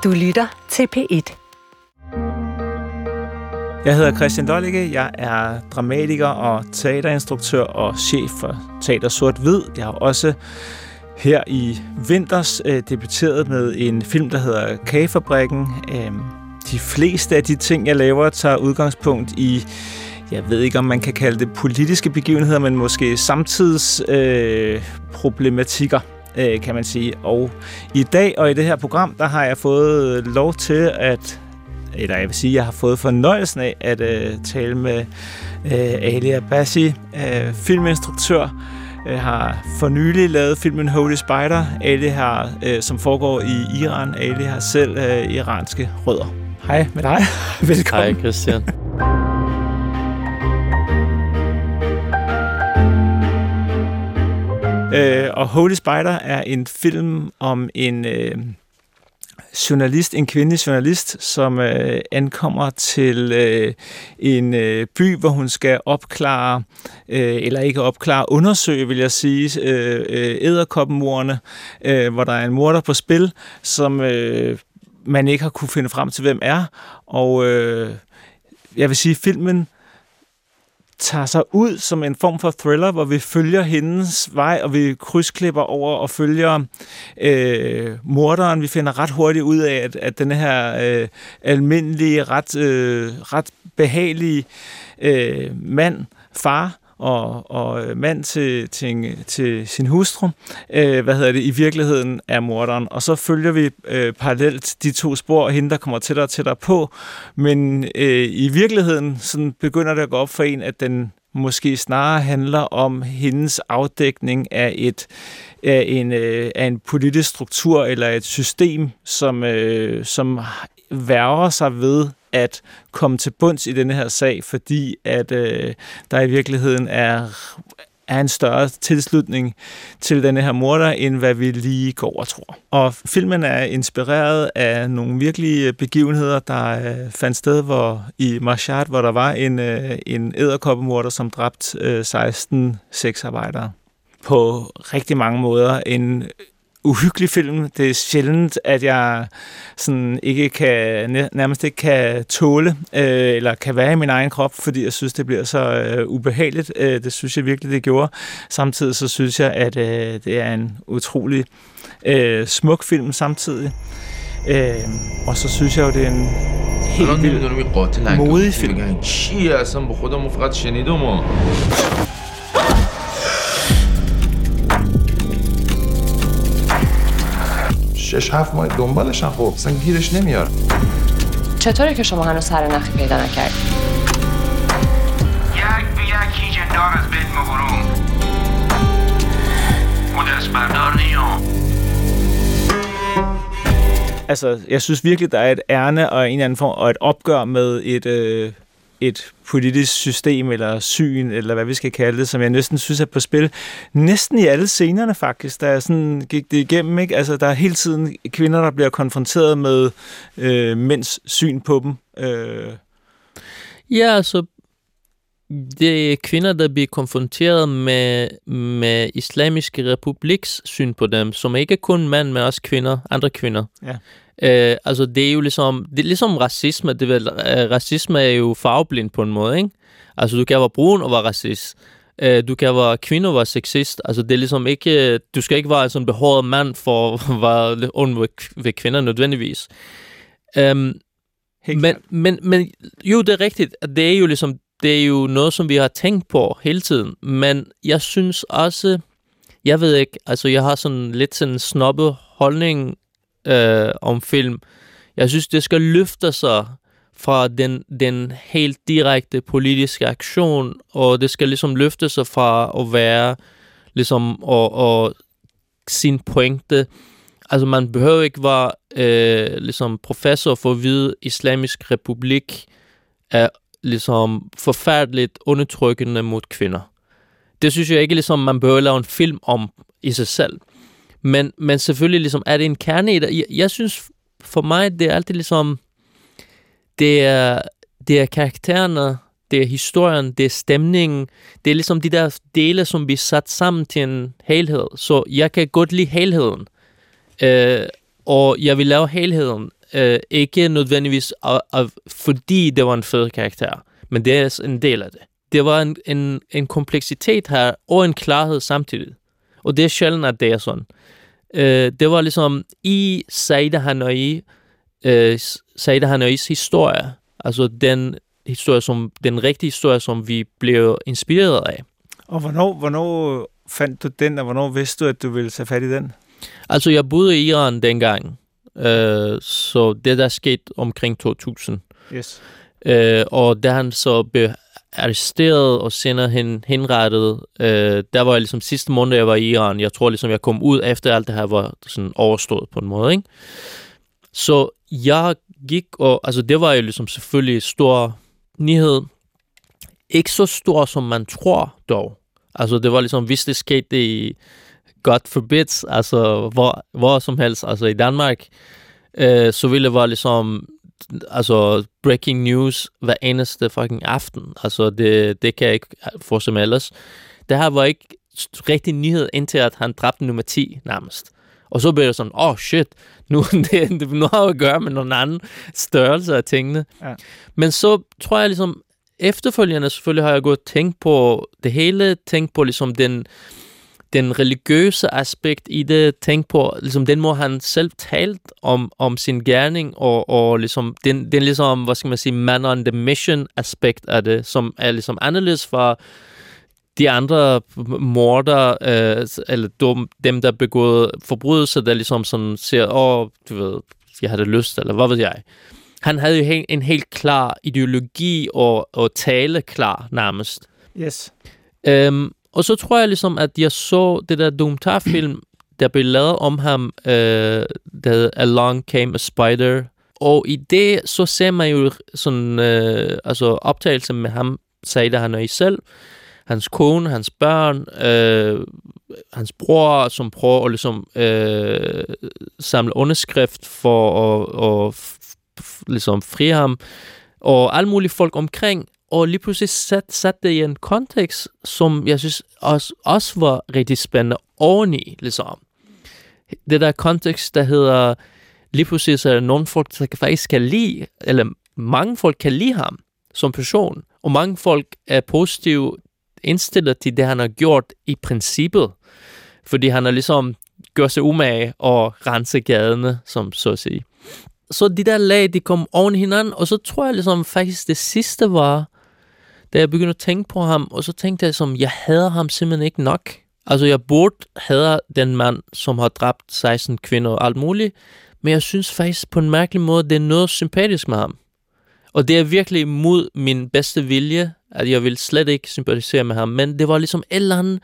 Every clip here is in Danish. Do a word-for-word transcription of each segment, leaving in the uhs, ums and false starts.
Du lytter til P et. Jeg hedder Christian Dollicke. Jeg er dramatiker og teaterinstruktør og chef for Teater Sort-Hvid. Jeg har også her i vinters øh, debuteret med en film, der hedder Kagefabrikken. Øh, de fleste af de ting, jeg laver, tager udgangspunkt i, jeg ved ikke, om man kan kalde det politiske begivenheder, men måske samtidsproblematikker, øh, øh, kan man sige. Og i dag og i det her program, der har jeg fået lov til at, eller jeg vil sige, jeg har fået fornøjelsen af at øh, tale med øh, Ali Abbasi, øh, filminstruktør. Jeg har for nylig lavet filmen Holy Spider. Ali har, øh, som foregår i Iran. Ali har selv øh, iranske rødder. Hej med dig. Velkommen. Hej Christian. øh, og Holy Spider er en film om en øh, journalist, en kvindelig journalist, som øh, ankommer til øh, en øh, by, hvor hun skal opklare, øh, eller ikke opklare, undersøge, vil jeg sige, øh, edderkoppenmordene, øh, hvor der er en morder på spil, som øh, man ikke har kunne finde frem til, hvem er. Og øh, jeg vil sige, filmen tager sig ud som en form for thriller, hvor vi følger hendes vej, og vi krydsklipper over og følger øh, morderen. Vi finder ret hurtigt ud af, at, at den her øh, almindelige, ret, øh, ret behagelige øh, mand, far, og, og mand til, til, til sin hustru, øh, hvad hedder det, i virkeligheden er morderen. Og så følger vi øh, parallelt de to spor, og hende, der kommer tættere og tættere på. Men øh, i virkeligheden sådan begynder det at gå op for en, at den måske snarere handler om hendes afdækning af, et, af, en, øh, af en politisk struktur eller et system, som, øh, som værger sig ved at komme til bunds i denne her sag, fordi at øh, der i virkeligheden er, er en større tilslutning til denne her morder, end hvad vi lige går og tror. Og filmen er inspireret af nogle virkelige begivenheder, der øh, fandt sted hvor, i Mashhad, hvor der var en, øh, en edderkoppemorder, som dræbte øh, seksten sexarbejdere. På rigtig mange måder en uhyggelig film. Det er sjældent, at jeg sådan ikke kan, nærmest ikke kan tåle, øh, eller kan være i min egen krop, fordi jeg synes, det bliver så øh, ubehageligt. Øh, det synes jeg virkelig, det gjorde. Samtidig så synes jeg, at øh, det er en utrolig øh, smuk film samtidig. Øh, og så synes jeg jo, det er en helt vildt modig film. شش هفت ماه دنبالشن خب اصلا گیرش نمیاد. چطوره که شما هنوز سر نخی پیدا نکردید؟ یک به یک هیچ دار از بید مبرون او دست بردار نیام. Altså, jeg synes virkelig, der er et ærne og en eller anden form, og et opgør med et, øh, et politisk system eller syn, eller hvad vi skal kalde det, som jeg næsten synes er på spil. Næsten i alle scenerne faktisk, der er sådan, gik det igennem, ikke? Altså, der er hele tiden kvinder, der bliver konfronteret med øh, mænds syn på dem. Øh. Ja, altså, det er kvinder, der bliver konfronteret med, med Islamiske Republiks syn på dem, som ikke kun mænd, men også kvinder, andre kvinder. Ja. Øh, altså det er jo ligesom, det er ligesom racisme. Det vel, øh, racisme er jo farveblind på en måde, ikke? Altså du kan være brun og være racist. Øh, du kan være kvinde og være sexist. Altså det er ligesom ikke, du skal ikke være en sådan behåret mand for at være ond ved, ved kvinder nødvendigvis. Um, men, men, men jo, det er rigtigt. Det er jo ligesom, det er jo noget, som vi har tænkt på hele tiden. Men jeg synes også, jeg ved ikke, altså jeg har sådan lidt sådan en snobbet holdning øh, om film. Jeg synes, det skal løfte sig fra den, den helt direkte politiske aktion, og det skal ligesom løfte sig fra at være ligesom og, og sin pointe. Altså man behøver ikke være øh, ligesom professor for at vide, Islamisk Republik er ligesom forfærdeligt undertrykkende mod kvinder. Det synes jeg ikke, ligesom man behøver lave en film om i sig selv. Men, men selvfølgelig ligesom, er det en kerne i det. Jeg, jeg synes for mig, det er altid ligesom, det er, det er karaktererne, det er historien, det er stemningen, det er ligesom de der dele, som vi sat sammen til en helhed. Så jeg kan godt lide helheden, øh, og jeg vil lave helheden. øh, ikke nødvendigvis af, af, fordi det var en fed karakter, men det er en del af det. Det var en, en, en kompleksitet her, og en klarhed samtidig. Og det er sjældent, at det er sådan. Øh, det var ligesom i Saida Hanoi, øh, Saida Hanois historie, altså den historie, som, den rigtige historie, som vi blev inspireret af. Og hvornår, hvornår fandt du den, og hvornår vidste du, at du ville tage fat i den? Altså, jeg boede i Iran dengang, øh, så det der skete omkring to tusind. Yes. Øh, og da han så blev arresteret og senere hen, henrettet, øh, der var jeg ligesom sidste måned, jeg var i Iran. Jeg tror ligesom, jeg kom ud efter alt det her var sådan overstået på en måde, ikke? Så jeg gik, og altså det var jo ligesom selvfølgelig stor nyhed. Ikke så stor, som man tror dog. Altså det var ligesom, hvis det skete i God forbid, altså hvor, hvor som helst, altså i Danmark, øh, så ville det være ligesom, altså breaking news hver eneste fucking aften. Altså det, det kan jeg ikke forestille mig ellers. Det her var ikke rigtig nyhed, indtil at han dræbte nummer ti nærmest. Og så blev det sådan, åh oh, shit, nu, det, det, nu har jeg at gøre med nogle anden størrelse af tingene. Ja. Men så tror jeg ligesom, efterfølgende selvfølgelig har jeg gået og tænkt på det hele, tænkt på ligesom den, den religiøse aspekt i det, tænkt på ligesom den måde, han selv talt om, om sin gerning, og, og ligesom den, den ligesom, hvad skal man sige, man on the mission aspekt af det, som er ligesom anderledes fra de andre morder, øh, eller dem, dem, der begået forbrydelser, der ligesom sådan siger, åh, du ved, jeg havde lyst, eller hvad ved jeg. Han havde jo en helt klar ideologi og, og tale klar, nærmest. Yes. Øhm, og så tror jeg ligesom, at jeg så det der dokumentarfilm, der blev lavet om ham, øh, der hedder Along Came a Spider. Og i det, så ser man jo sådan, øh, altså optagelse med ham, Saida Hanoi selv, hans kone, hans børn, øh, hans bror, som prøver at ligesom, øh, samle underskrift for at, at f- f- ligesom fri ham, og alle mulige folk omkring, og lige pludselig sat, sat det i en kontekst, som jeg synes også, også var rigtig spændende oveni, ligesom. Det der kontekst, der hedder, lige pludselig så er der nogle folk, der faktisk kan lide, eller mange folk kan lide ham som person, og mange folk er positive indstillet til det, han har gjort i princippet. Fordi han har ligesom gjort sig umage og rense gadene, som så at sige. Så de der lag, de kom oven hinanden, og så tror jeg ligesom faktisk det sidste var, da jeg begyndte at tænke på ham, og så tænkte jeg som, jeg hader ham simpelthen ikke nok. Altså jeg burde hader den mand, som har dræbt seksten kvinder og alt muligt, men jeg synes faktisk på en mærkelig måde, det er noget sympatisk med ham. Og det er virkelig imod min bedste vilje, at jeg vil slet ikke sympatisere med ham, men det var ligesom et eller andet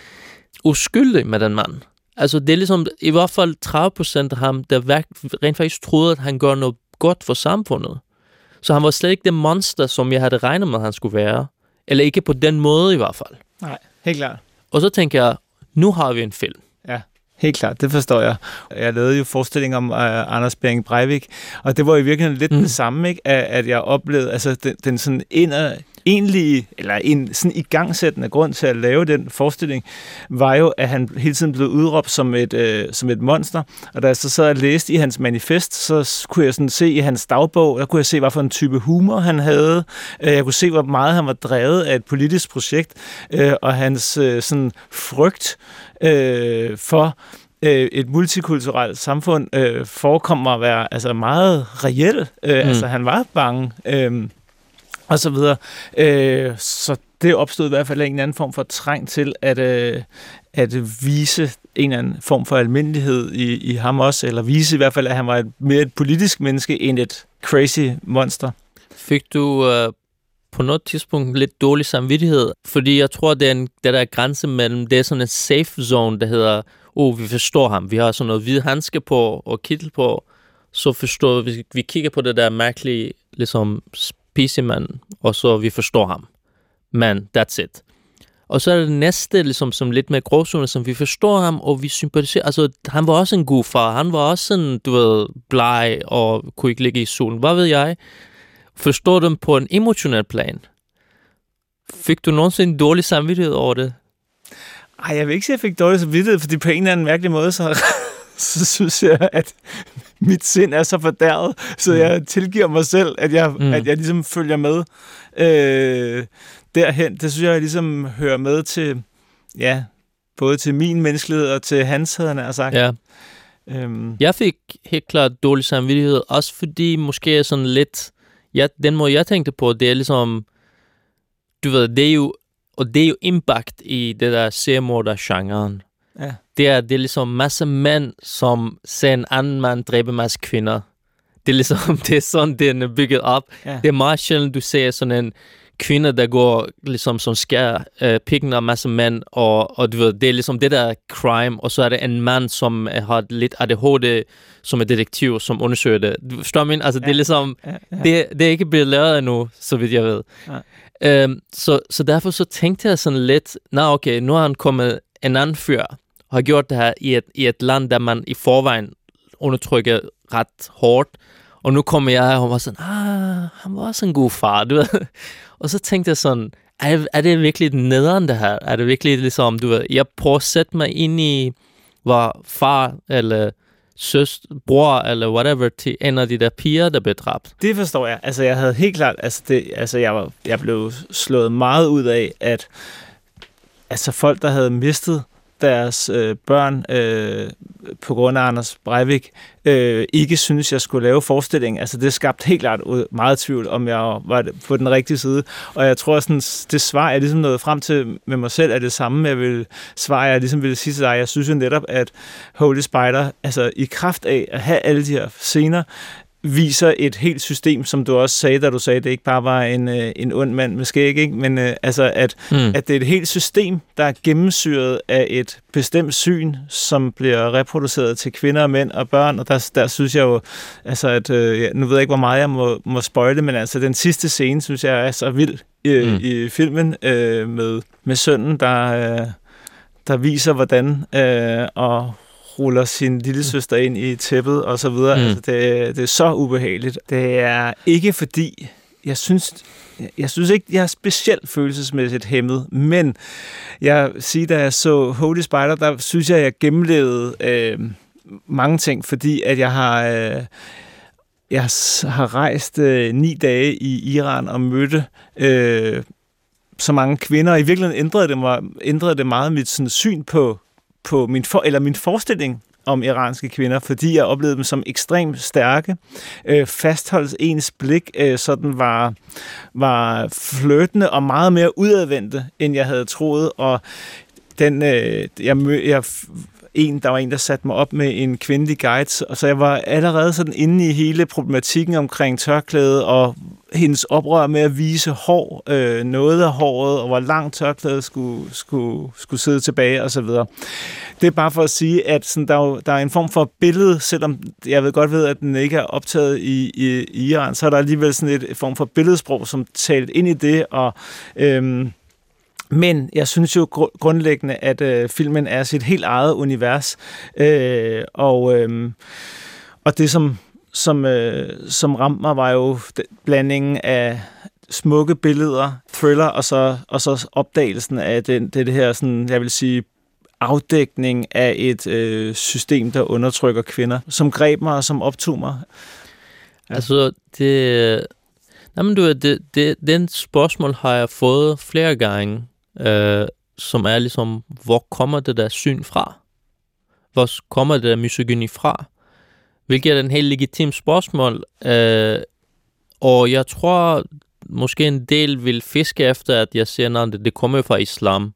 uskyldigt med den mand. Altså det er ligesom i hvert fald tredive procent af ham, der rent faktisk troede, at han gør noget godt for samfundet. Så han var slet ikke det monster, som jeg havde regnet med, at han skulle være. Eller ikke på den måde i hvert fald. Nej, helt klart. Og så tænker jeg, nu har vi en film. Ja. Helt klart, det forstår jeg. Jeg lavede jo forestilling om uh, Anders Behring Breivik, og det var i virkeligheden lidt mm. det samme, ikke? At, at jeg oplevede, altså den, den sådan inder, egentlige, eller en sådan igangsættende grund til at lave den forestilling, var jo, at han hele tiden blev udråbt som et, øh, som et monster, og da jeg så sad og læste i hans manifest, så kunne jeg sådan se i hans dagbog, der kunne jeg se, hvad for en type humor han havde, jeg kunne se, hvor meget han var drevet af et politisk projekt, øh, og hans øh, sådan frygt øh, for øh, et multikulturelt samfund øh, forekommer at være altså meget reel. Øh, mm. Altså han var bange. Øh, og så videre. Øh, så det opstod i hvert fald en eller anden form for træng til at, øh, at vise en eller anden form for almindelighed i, i ham også, eller vise i hvert fald, at han var et, mere et politisk menneske end et crazy monster. Fik du øh, på noget tidspunkt lidt dårlig samvittighed? Fordi jeg tror, det er en, det der grænse mellem, det er sådan en safe zone, der hedder, oh, vi forstår ham, vi har sådan noget hvide handske på og kittel på, så forstår vi, vi kigger på det der mærkelige, ligesom pissemand, og så vi forstår ham. Men that's it. Og så er det næste, ligesom som lidt mere gråzone, som vi forstår ham, og vi sympatiserer. Altså, han var også en god far. Han var også sådan, du ved, bleg, og kunne ikke ligge i solen. Hvad ved jeg? Forstår dem på en emotionel plan. Fik du nogensinde dårlig samvittighed over det? Ej, jeg vil ikke sige, at jeg fik dårlig samvittighed, fordi på en eller anden mærkelig måde, så, så synes jeg, at mit sind er så fordærvet, så mm. jeg tilgiver mig selv, at jeg, mm. at jeg ligesom følger med øh, derhen. Det synes jeg ligesom hører med til, ja, både til min menneskelighed og til hans, havde han nær sagt. Ja. Øhm. Jeg fik helt klart dårlig samvittighed, også fordi måske er sådan lidt, ja, den måde jeg tænkte på, det er ligesom, du ved, det er jo, og det er jo impact i det der seriemorder-genren. Ja. Det er, det er ligesom masse mænd, som ser en anden mand dræbe masse kvinder. Det er ligesom, det er sådan, det er bygget op. Ja. Det er meget sjældent, du ser sådan en kvinde, der går ligesom som skærer øh, pikken af masse mænd, og, og du ved, det er ligesom det der crime, og så er det en mand, som har lidt A D H D, som er detektiv, som undersøger det. Du forstår mig? Altså, ja. Det er ligesom, ja, ja. Det, det er ikke blevet lavet endnu, så vidt jeg ved. Ja. Øhm, så, så derfor så tænkte jeg sådan lidt, nå okay, nu har han kommet en anden fyr, og har gjort det her i et, i et land, der man i forvejen undertrykker ret hårdt, og nu kommer jeg og var sådan, ah, han var også en god far, du ved. Og så tænkte jeg sådan, er, er det virkelig nederen det her? Er det virkelig ligesom, du ved, jeg prøver at sætte mig ind i, hvor far eller søster, bror eller whatever til en af de der piger, der blev dræbt. Det forstår jeg. Altså, jeg havde helt klart, altså, det, altså jeg, var, jeg blev slået meget ud af, at altså, folk, der havde mistet deres øh, børn øh, på grund af Anders Breivik, øh, ikke synes, jeg skulle lave forestilling. Altså, det skabte helt klart meget tvivl, om jeg var på den rigtige side. Og jeg tror, sådan, det svar, jeg ligesom nåede frem til med mig selv, er det samme. Jeg vil svare, jeg ligesom ville sige til dig. Jeg synes jo netop, at Holy Spider, altså i kraft af at have alle de her scener, viser et helt system, som du også sagde, da du sagde, at det ikke bare var en, øh, en ond mand med skæg, ikke? Men øh, altså, at, mm. at det er et helt system, der er gennemsyret af et bestemt syn, som bliver reproduceret til kvinder og mænd og børn, og der, der synes jeg jo, altså, at, øh, nu ved jeg ikke, hvor meget jeg må, må spoile, men altså, den sidste scene, synes jeg er så vild øh, mm. i filmen, øh, med, med sønnen, der, øh, der viser, hvordan øh, og ruller sin lille søster ind i tæppet og så videre. Mm. Altså, det, det er så ubehageligt. Det er ikke fordi, jeg synes, jeg synes ikke, jeg er specielt følelsesmæssigt hæmmet, men jeg siger, da jeg så Holy Spider, der synes jeg, jeg gennemlevede øh, mange ting, fordi at jeg har øh, jeg har rejst øh, ni dage i Iran og mødte øh, så mange kvinder, og i virkeligheden ændrede det, mig, ændrede det meget mit sådan, syn på på min, for, eller min forestilling om iranske kvinder, fordi jeg oplevede dem som ekstremt stærke, øh, fastholdt ens blik, øh, sådan var, var flirtende og meget mere udadvendte, end jeg havde troet, og den, øh, jeg, mø, jeg en, der var en, der satte mig op med en kvindelig guide, og så jeg var allerede sådan inde i hele problematikken omkring tørklæde og hendes oprør med at vise hår, øh, noget af håret, og hvor langt tørklædet skulle, skulle, skulle sidde tilbage, og så videre. Det er bare for at sige, at sådan, der, er, der er en form for billede, selvom jeg ved godt ved, at den ikke er optaget i, i, i Iran, så er der alligevel sådan et, et form for billedsprog, som talt ind i det, og øhm, men jeg synes jo gr- grundlæggende, at øh, filmen er sit helt eget univers, øh, og, øh, og det, som, som, øh, som ramte mig, var jo blandingen af smukke billeder, thriller, og så, og så opdagelsen af den, det, det her, sådan, jeg vil sige, afdækning af et øh, system, der undertrykker kvinder, som greb mig og som optog mig. Ja. Altså, det... Jamen, du, det, det, den spørgsmål har jeg fået flere gange, øh, som er ligesom, hvor kommer det der syn fra? Hvor kommer det der misogyni fra? Hvilket er en helt legitim spørgsmål, øh, og jeg tror, måske en del vil fiske efter, at jeg siger, at det, det kommer jo fra islam.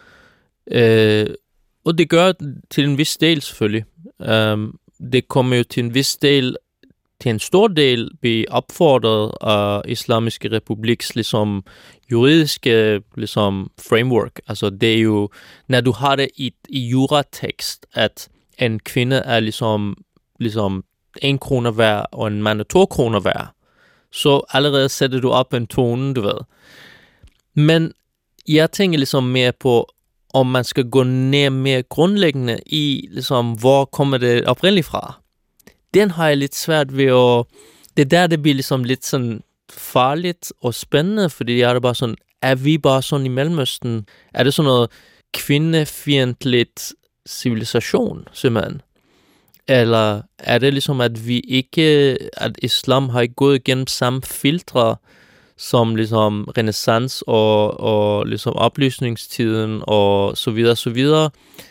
Øh, og det gør til en vis del selvfølgelig. Øh, det kommer jo til en vis del, til en stor del blive opfordret af Islamiske Republiks ligesom, juridiske ligesom, framework. Altså det er jo, når du har det i, i juratekst, at en kvinde er ligesom, ligesom en kroner værd, og en mand er to kroner værd, så allerede sætter du op en tone, du ved. Men jeg tænker ligesom mere på, om man skal gå ned mere grundlæggende i, ligesom, hvor kommer det oprindeligt fra. Den har jeg lidt svært ved at... Det er der, det bliver ligesom lidt sådan farligt og spændende, fordi jeg er det bare sådan, er vi bare sådan i Mellemøsten? Er det sådan noget kvindefjendtligt civilisation, simpelthen? Eller er det ligesom, at vi ikke, at islam har ikke gået igennem samme filtre, som ligesom renaissance og, og ligesom oplysningstiden og så videre, så videre.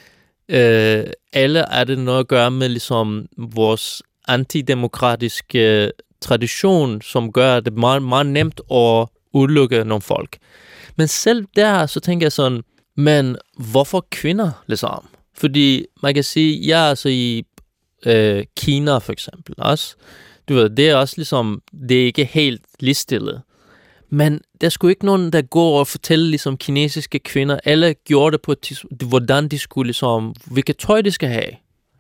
Øh, eller er det noget at gøre med ligesom vores antidemokratiske tradition, som gør det meget, meget nemt at udelukke nogle folk. Men selv der, så tænker jeg sådan, men hvorfor kvinder ligesom? Fordi man kan sige, jeg er altså i øh, Kina for eksempel også. Du ved, det er også ligesom, det er ikke helt ligestillet. Men der skulle ikke nogen, der går og fortælle ligesom kinesiske kvinder, alle gjorde det på, hvordan de skulle ligesom, hvilket tøj de skal have.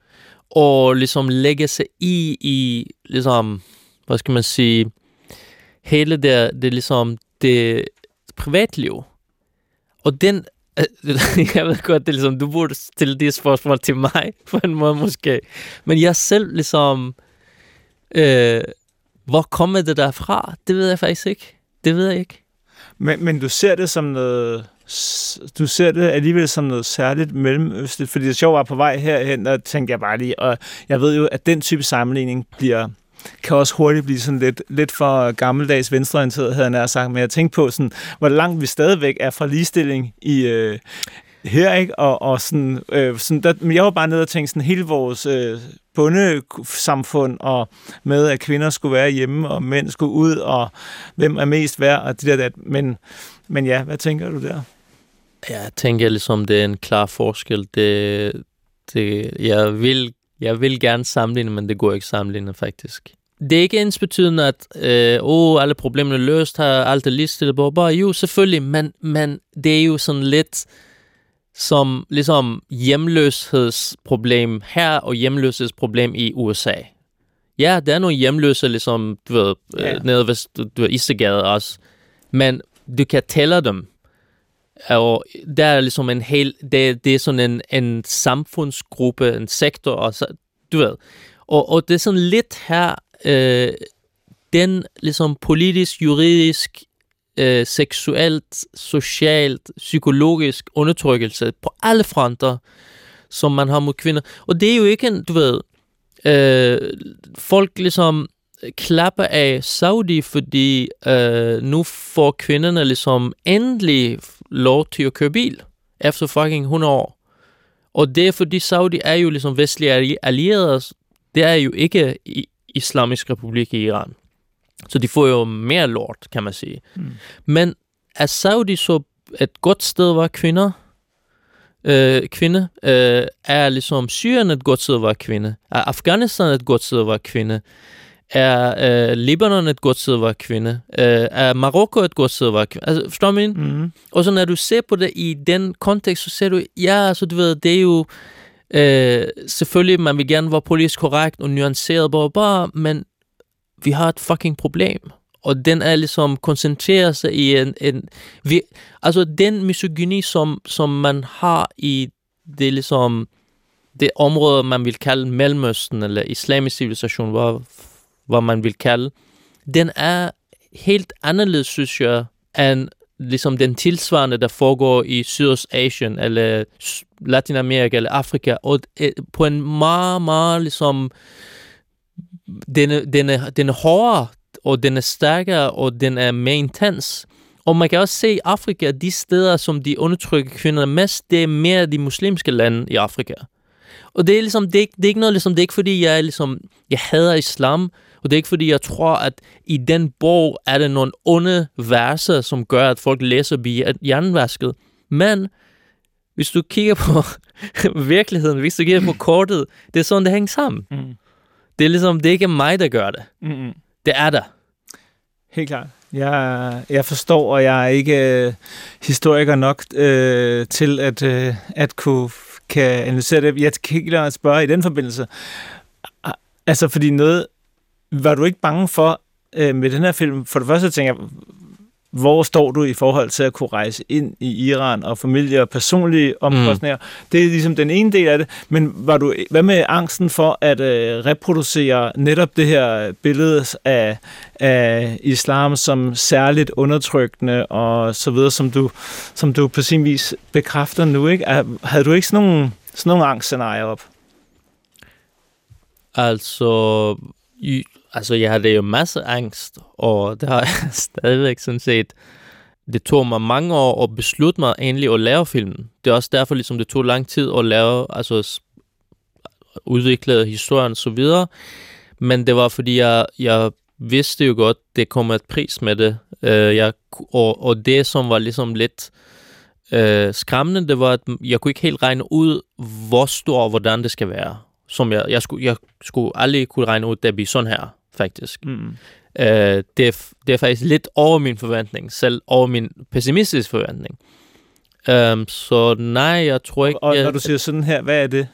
Og ligesom lægge sig i, i ligesom, hvad skal man sige, hele det, det ligesom, det privatliv. Og den, jeg ved godt, det er ligesom, du burde stille de spørgsmål til mig, på en måde måske. Men jeg selv ligesom, øh, hvor kommer det derfra? Det ved jeg faktisk ikke. Det ved jeg ikke. Men, men du ser det som noget, du ser det alligevel som noget særligt mellemøstligt, fordi det sjovt var på vej herhen, og tænkte jeg bare lige, og jeg ved jo, at den type sammenligning bliver, kan også hurtigt blive sådan lidt, lidt for gammeldags venstreorienteret, havde jeg nær sagt, men jeg tænkte på, sådan, hvor langt vi stadigvæk er fra ligestilling i øh, her, ikke? Og, og sådan, øh, sådan der, men jeg var bare nede og tænkte sådan, hele vores øh, bundesamfund, og med, at kvinder skulle være hjemme, og mænd skulle ud, og hvem er mest værd, og det der, der. Men, men ja, hvad tænker du der? Jeg tænker ligesom, det er en klar forskel. Det, det, jeg, vil, jeg vil gerne sammenligne, men det går ikke sammenligne faktisk. Det er ikke ensbetydende, at øh, oh, alle problemer er løst, har alt er ligestillet, bare jo, selvfølgelig, men, men det er jo sådan lidt som ligesom hjemløshedsproblem her og hjemløshedsproblem i U S A. Ja, der er nogle hjemløse, ligesom, du ved, ja. øh, nede ved du ved, Istegade også, men du kan tælle dem. Og der er ligesom en hel, det, det er sådan en, en samfundsgruppe, en sektor, og så, du ved. Og, og det er sådan lidt her, øh, den ligesom politisk, juridisk, øh, seksuelt, socialt, psykologisk undertrykkelse på alle fronter, som man har mod kvinder. Og det er jo ikke en, du ved, øh, folk ligesom klapper af Saudi, fordi øh, nu får kvinderne ligesom endelig lov til at køre bil efter fucking hundrede år. Og det er fordi Saudi er jo ligesom vestlige allierede, det er jo ikke i Islamisk Republik i Iran. Så de får jo mere lort, kan man sige. Mm. Men er Saudi så et godt sted, hvor kvinder øh, kvinde, øh, er ligesom Syrien et godt sted, hvor kvinde, er Afghanistan et godt sted, hvor kvinde, er øh, Libanon et godt sted, hvor kvinde, øh, er Marokko et godt sted, hvor kvinde. Altså, forstår du mig? Mm. Og så når du ser på det i den kontekst, så ser du, ja, så du ved, det er jo øh, selvfølgelig, man vil gerne være politisk korrekt og nuanceret, bare, bare, men vi har et fucking problem. Og den er ligesom koncentreret sig i en, en vi, altså den misogyni, som, som man har i det ligesom det område, man vil kalde Mellemøsten, eller islamisk civilisation, hvor, hvor man vil kalde, den er helt anderledes, synes jeg, end ligesom den tilsvarende, der foregår i Sydøstasien, eller Latinamerika, eller Afrika, og på en meget, meget ligesom den er, den er, den er hårdere, og den er stærkere, og den er mere intens. Og man kan også se i Afrika, de steder, som de undertrykker kvinder mest, det er mere de muslimske lande i Afrika. Og det er ligesom, det er ikke, det er ikke noget, ligesom, det er ikke fordi, jeg, er ligesom, jeg hader islam, og det er ikke fordi, jeg tror, at i den bog er der nogle onde verser, som gør, at folk læser via hjernevasket. Men hvis du kigger på virkeligheden, hvis du kigger på kortet, det er sådan, det hænger sammen. Mm. Det er ligesom, det er ikke mig, der gør det. Mm-hmm. Det er der. Helt klart. Jeg, jeg forstår, og jeg er ikke øh, historiker nok øh, til at, øh, at kunne kan analysere det. Jeg kan ikke lade at spørge i den forbindelse. Altså, fordi noget, var du ikke bange for øh, med den her film? For det første tænker jeg, hvor står du i forhold til at kunne rejse ind i Iran og familie og personlige omkostninger? Mm. Det er ligesom den ene del af det. Men var du, hvad med angsten for at øh, reproducere netop det her billede af, af islam som særligt undertrykkende og så videre, som du, som du på sin vis bekræfter nu, ikke? Havde du ikke sådan nogle, sådan nogle angstscenarier op? Altså, i, altså jeg havde jo masse angst, og det har jeg stadigvæk sådan set. Det tog mig mange år at beslutte mig egentlig at lave filmen. Det er også derfor, ligesom det tog lang tid at lave, altså udvikle historien og så videre. Men det var, fordi jeg, jeg vidste jo godt, det kom et pris med det. Uh, jeg, og, og det, som var ligesom lidt uh, skræmmende, det var, at jeg kunne ikke helt regne ud, hvor stor og hvordan det skal være. Som jeg, jeg, skulle, jeg skulle aldrig kunne regne ud, at det bliver sådan her, faktisk. Mm. Uh, det, er, det er faktisk lidt over min forventning, selv over min pessimistiske forventning. Um, så nej, jeg tror ikke... Og, og jeg, når du siger sådan her, hvad er det?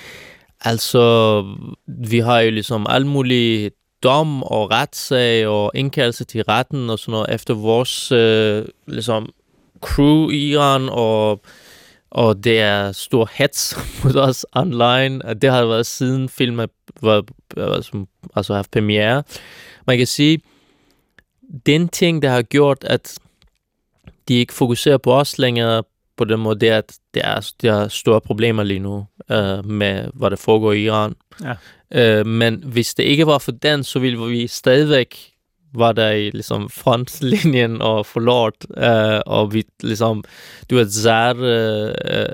Altså, vi har jo ligesom alle mulige dom og retssag og indkaldelse til retten og sådan noget efter vores øh, ligesom crew i Iran, og, og det er stor hets mod os online. Det har været siden filmen var, var, altså haft premiere. Man kan sige, den ting, der har gjort, at de ikke fokuserer på os længere på den måde, det er, at der er, der er store problemer lige nu øh, med, hvad der foregår i Iran. Ja. Øh, men hvis det ikke var for den, så ville vi stadigvæk var der i ligesom frontlinjen og forlort, øh, og vi ligesom, du ved, Zar, øh,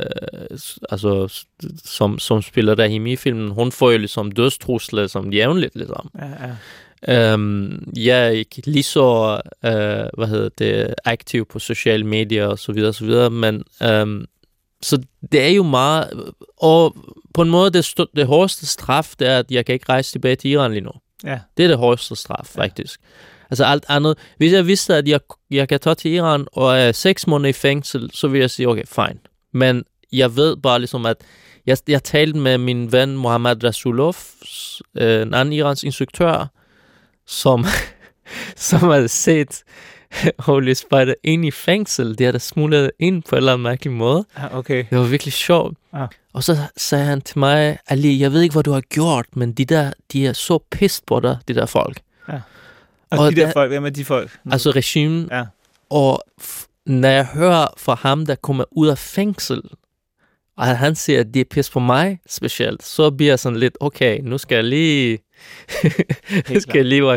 altså, som, som spiller der i filmen, hun får jo ligesom dødstrusler som jævnligt, ligesom. Ja, ja. Um, jeg er ikke lige så uh, hvad hedder det, aktiv på sociale medier og så videre og så videre, men um, så det er jo meget, og på en måde det, st- det hårdeste straf, det er, at jeg kan ikke rejse tilbage til Iran lige nu. Ja. Det er det hårdeste straf, faktisk. Ja. Altså alt andet, hvis jeg vidste, at jeg, jeg kan tage til Iran og er seks måneder i fængsel, så vil jeg sige, okay, fine. Men jeg ved bare ligesom, at jeg, jeg talte med min ven Mohammad Rasulov, øh, en anden iransk instruktør, som, som havde set Holy Spider ind i fængsel. De havde smuglet ind på en eller anden mærkelig måde. Ah, okay. Det var virkelig sjovt. Ah. Og så sagde han til mig, Ali, jeg ved ikke, hvad du har gjort, men de der, de er så pissed på dig, de der folk. Ja. Og, og de der, der folk, hvem er de folk? Altså regimen. Ja. Og f- når jeg hører fra ham, der kommer ud af fængsel, og han siger, at de er pissed på mig specielt, så bliver jeg sådan lidt, okay, nu skal jeg lige... nu skal jeg lige...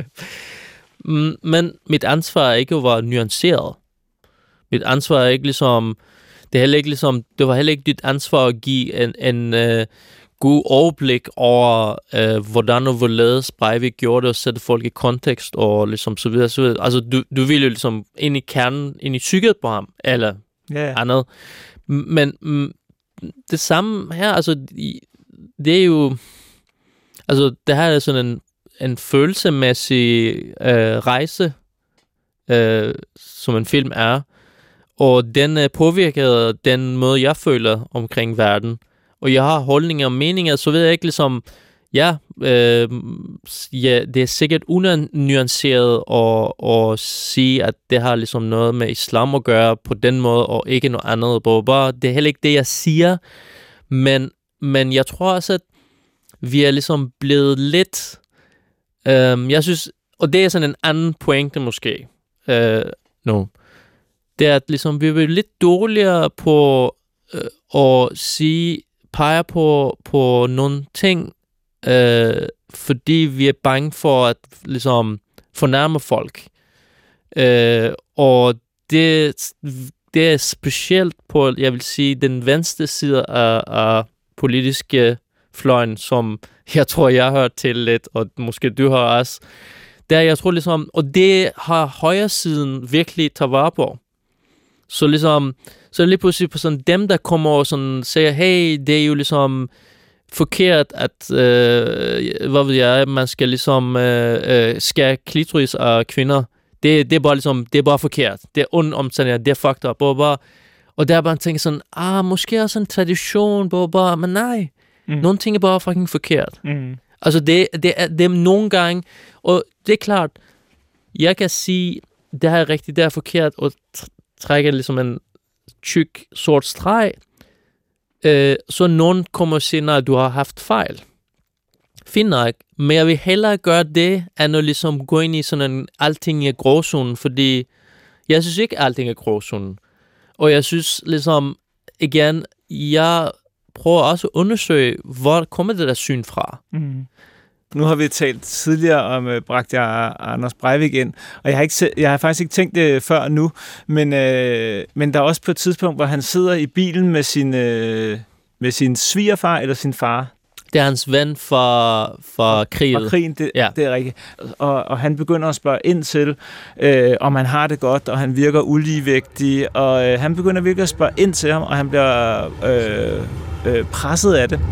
Men mit ansvar er ikke at være nuanceret. Mit ansvar er ikke ligesom... Det, er heller ikke ligesom, det var heller ikke dit ansvar at give en, en uh, god overblik over, uh, hvordan og hvorledes Breivik gjorde det, og sætte folk i kontekst, og ligesom så videre, så videre. Altså, du, du ville jo ligesom ind i kernen, ind i psyket på ham, eller yeah. andet. Men mm, det samme her, altså, det er jo... Altså, det her er sådan en, en følelsemæssig øh, rejse, øh, som en film er. Og den er påvirket den måde, jeg føler omkring verden. Og jeg har holdninger og meninger, så ved jeg ikke ligesom, ja, øh, ja det er sikkert unuanceret at, at sige, at det har ligesom noget med islam at gøre på den måde, og ikke noget andet. Bare, det er heller ikke det, jeg siger. Men, men jeg tror også, at vi er ligesom blevet lidt... Øh, jeg synes, og det er sådan en anden pointe måske. Øh, no. Det er, at ligesom, vi er lidt dårligere på øh, at sige, pege på, på nogle ting, øh, fordi vi er bange for at ligesom, fornærme folk. Øh, og det, det er specielt på, jeg vil sige, den venstre side af, af politiske fløjen, som jeg tror, jeg har hørt til lidt, og måske du har også. Der, jeg tror ligesom, og det har højre siden virkelig taget vare på. Så ligesom, så lige pludselig på sådan dem, der kommer og sådan siger, hey, det er jo ligesom forkert, at, øh, hvad ved jeg, man skal ligesom øh, øh, skære klitoris af kvinder. Det, det er bare ligesom, det er bare forkert. Det er ond omstændighed, det er fucked up. Og, bare, og der bare tænker sådan, ah, måske er sådan en tradition, bare, bare, men nej. Mm. Nogle ting er bare fucking forkert. Mm. Altså, det, det, er, det er nogle gange, og det er klart, jeg kan sige, det her er rigtigt, det er forkert, og trækker ligesom en tyk sort streg, øh, så nogen kommer og siger, nej, du har haft fejl. Fint nok, men jeg vil hellere gøre det, end at ligesom gå ind i sådan en alting i gråzonen, fordi jeg synes ikke, alting er gråzonen. Og jeg synes ligesom, igen, jeg prøver også at undersøge, hvor kommer det der syn fra. Mm. Nu har vi talt tidligere om, øh, bragte jeg Anders Breivik ind, og jeg har, ikke, jeg har faktisk ikke tænkt det før nu, men, øh, men der er også på et tidspunkt, hvor han sidder i bilen med sin, øh, med sin svigerfar eller sin far. Det er hans ven fra, fra krigen. Fra krigen, det, ja. det er rigtigt. Og, og han begynder at spørge ind til, øh, om han har det godt, og han virker uligevægtig, og øh, han begynder virkelig at spørge ind til ham, og han bliver øh, øh, presset af det.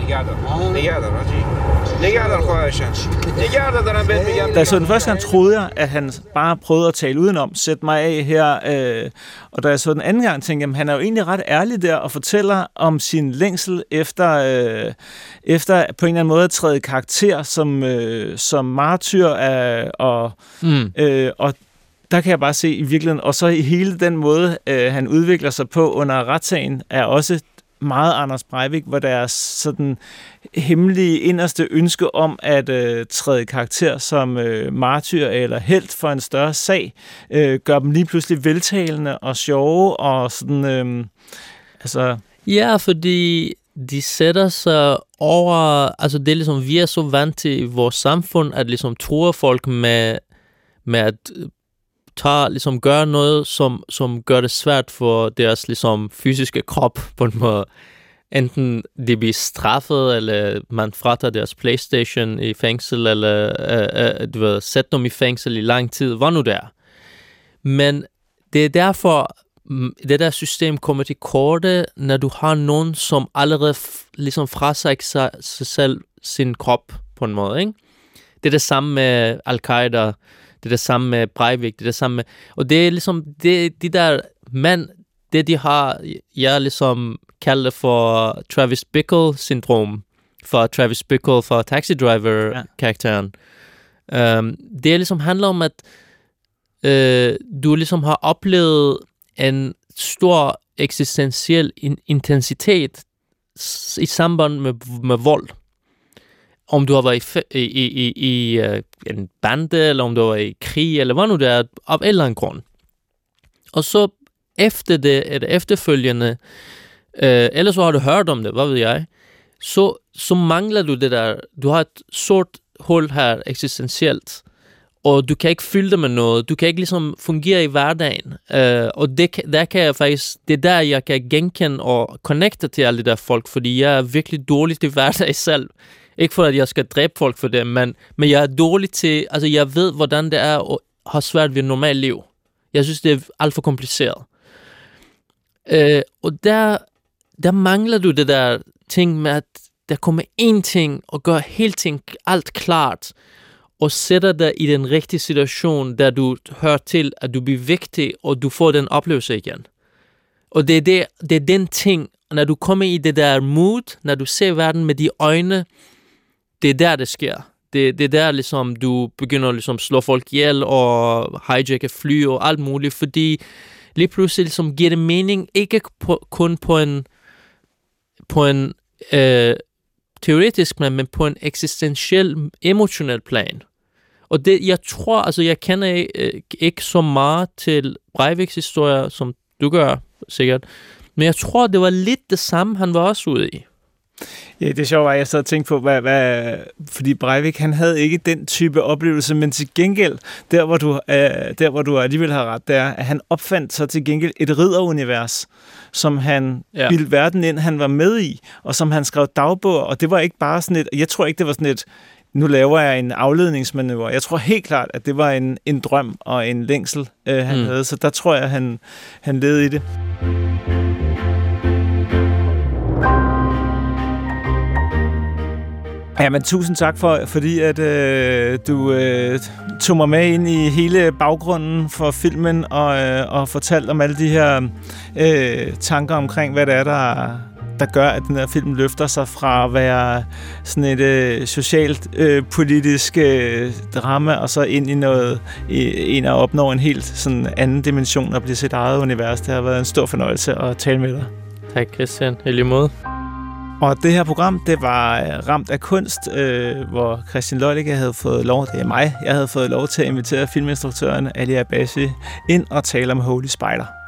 Da jeg så den første gang, troede jeg, at han bare prøvede at tale udenom, sætte mig af her, øh, og da jeg så den anden gang, tænkte jeg, han er jo egentlig ret ærlig der, og fortæller om sin længsel efter, øh, efter på en eller anden måde at træde karakter som, øh, som martyr, af, og, mm. øh, og der kan jeg bare se i virkeligheden, og så i hele den måde, øh, han udvikler sig på under retssagen, er også meget Anders Breivik, hvor deres sådan hemmelige inderste ønske om at øh, træde karakter som øh, martyr eller helt for en større sag, øh, gør dem lige pludselig veltalende og sjove og sådan, øh, altså... Ja, fordi de sætter sig over, altså det er ligesom, vi er så vant til i vores samfund, at ligesom truer folk med, med at tage, ligesom gøre noget, som, som gør det svært for deres ligesom fysiske krop på en måde. Enten de bliver straffet, eller man fratager deres PlayStation i fængsel, eller øh, øh, du ved, sætte dem i fængsel i lang tid, hvad nu der. Men det er derfor, det der system kommer til korte, når du har nogen, som allerede f- ligesom frasagt sig, sig selv sin krop på en måde, ikke? Det er det samme med Al-Qaida, det er det samme med Breivik, det er det samme med... Og det er ligesom, det, de der mænd, det de har, jeg ligesom kalder for Travis Bickle-syndrom, for Travis Bickle, for Taxi Driver-karakteren. Ja. Um, det ligesom handler om, at uh, du ligesom har oplevet en stor eksistentiel in- intensitet i samband med, med vold. Om du har været i, i, i, i uh, en bande, eller om du har været i krig, eller hvad nu det er, af en eller anden grund. Og så efter det, et efterfølgende, øh, eller så har du hørt om det, hvad ved jeg, så, så mangler du det der, du har et sort hul her eksistentielt, og du kan ikke fylde det med noget, du kan ikke ligesom fungere i hverdagen, øh, og det, der kan jeg faktisk, det er der, jeg kan genkende og connecte til alle de der folk, fordi jeg er virkelig dårlig til hverdag selv. Ikke for, at jeg skal dræbe folk for det, men, men jeg er dårlig til, altså jeg ved, hvordan det er at have svært ved et normalt liv. Jeg synes, det er alt for kompliceret. Øh, og der, der mangler du det der ting med, at der kommer én ting og gør hele ting, alt klart, og sætter dig i den rigtige situation, der du hører til, at du bliver vigtig, og du får den oplevelse igen. Og det er, det, det er den ting, når du kommer i det der mood, når du ser verden med de øjne, det er der, det sker. Det, det er der, ligesom, du begynder ligesom, at slå folk ihjel og hijacke fly og alt muligt, fordi lige pludselig ligesom, giver det mening, ikke på, kun på en, på en øh, teoretisk plan, men på en eksistentiel, emotionel plan. Og det, jeg tror, altså jeg kender øh, ikke så meget til Breiviks historie, som du gør sikkert, men jeg tror, det var lidt det samme, han var også ude i. Ja, det er sjovt, at jeg sad og tænkte på, hvad, hvad, fordi Breivik, han havde ikke den type oplevelse, men til gengæld, der hvor du, øh, der, hvor du alligevel har ret, det er, at han opfandt så til gengæld et ridderunivers, som han ja. bildte verden ind, han var med i, og som han skrev dagbøger, og det var ikke bare sådan et, jeg tror ikke, det var sådan et, nu laver jeg en afledningsmanøvre. Jeg tror helt klart, at det var en, en drøm og en længsel, øh, han mm. havde, så der tror jeg, han, han levede i det. Ja, men tusind tak for, fordi at øh, du øh, tog mig med ind i hele baggrunden for filmen og, øh, og fortalte om alle de her øh, tanker omkring, hvad det er, der, der gør, at den her film løfter sig fra at være sådan et øh, socialt, øh, politisk øh, drama, og så ind i noget, i, en at opnå en helt sådan anden dimension og blive sit eget univers. Det har været en stor fornøjelse at tale med dig. Tak, Christian. I lige måde. Og det her program, det var Ramt af kunst, øh, hvor Christian Lollike havde fået lov, det er mig, jeg havde fået lov til at invitere filminstruktøren Ali Abashi ind og tale om Holy Spider.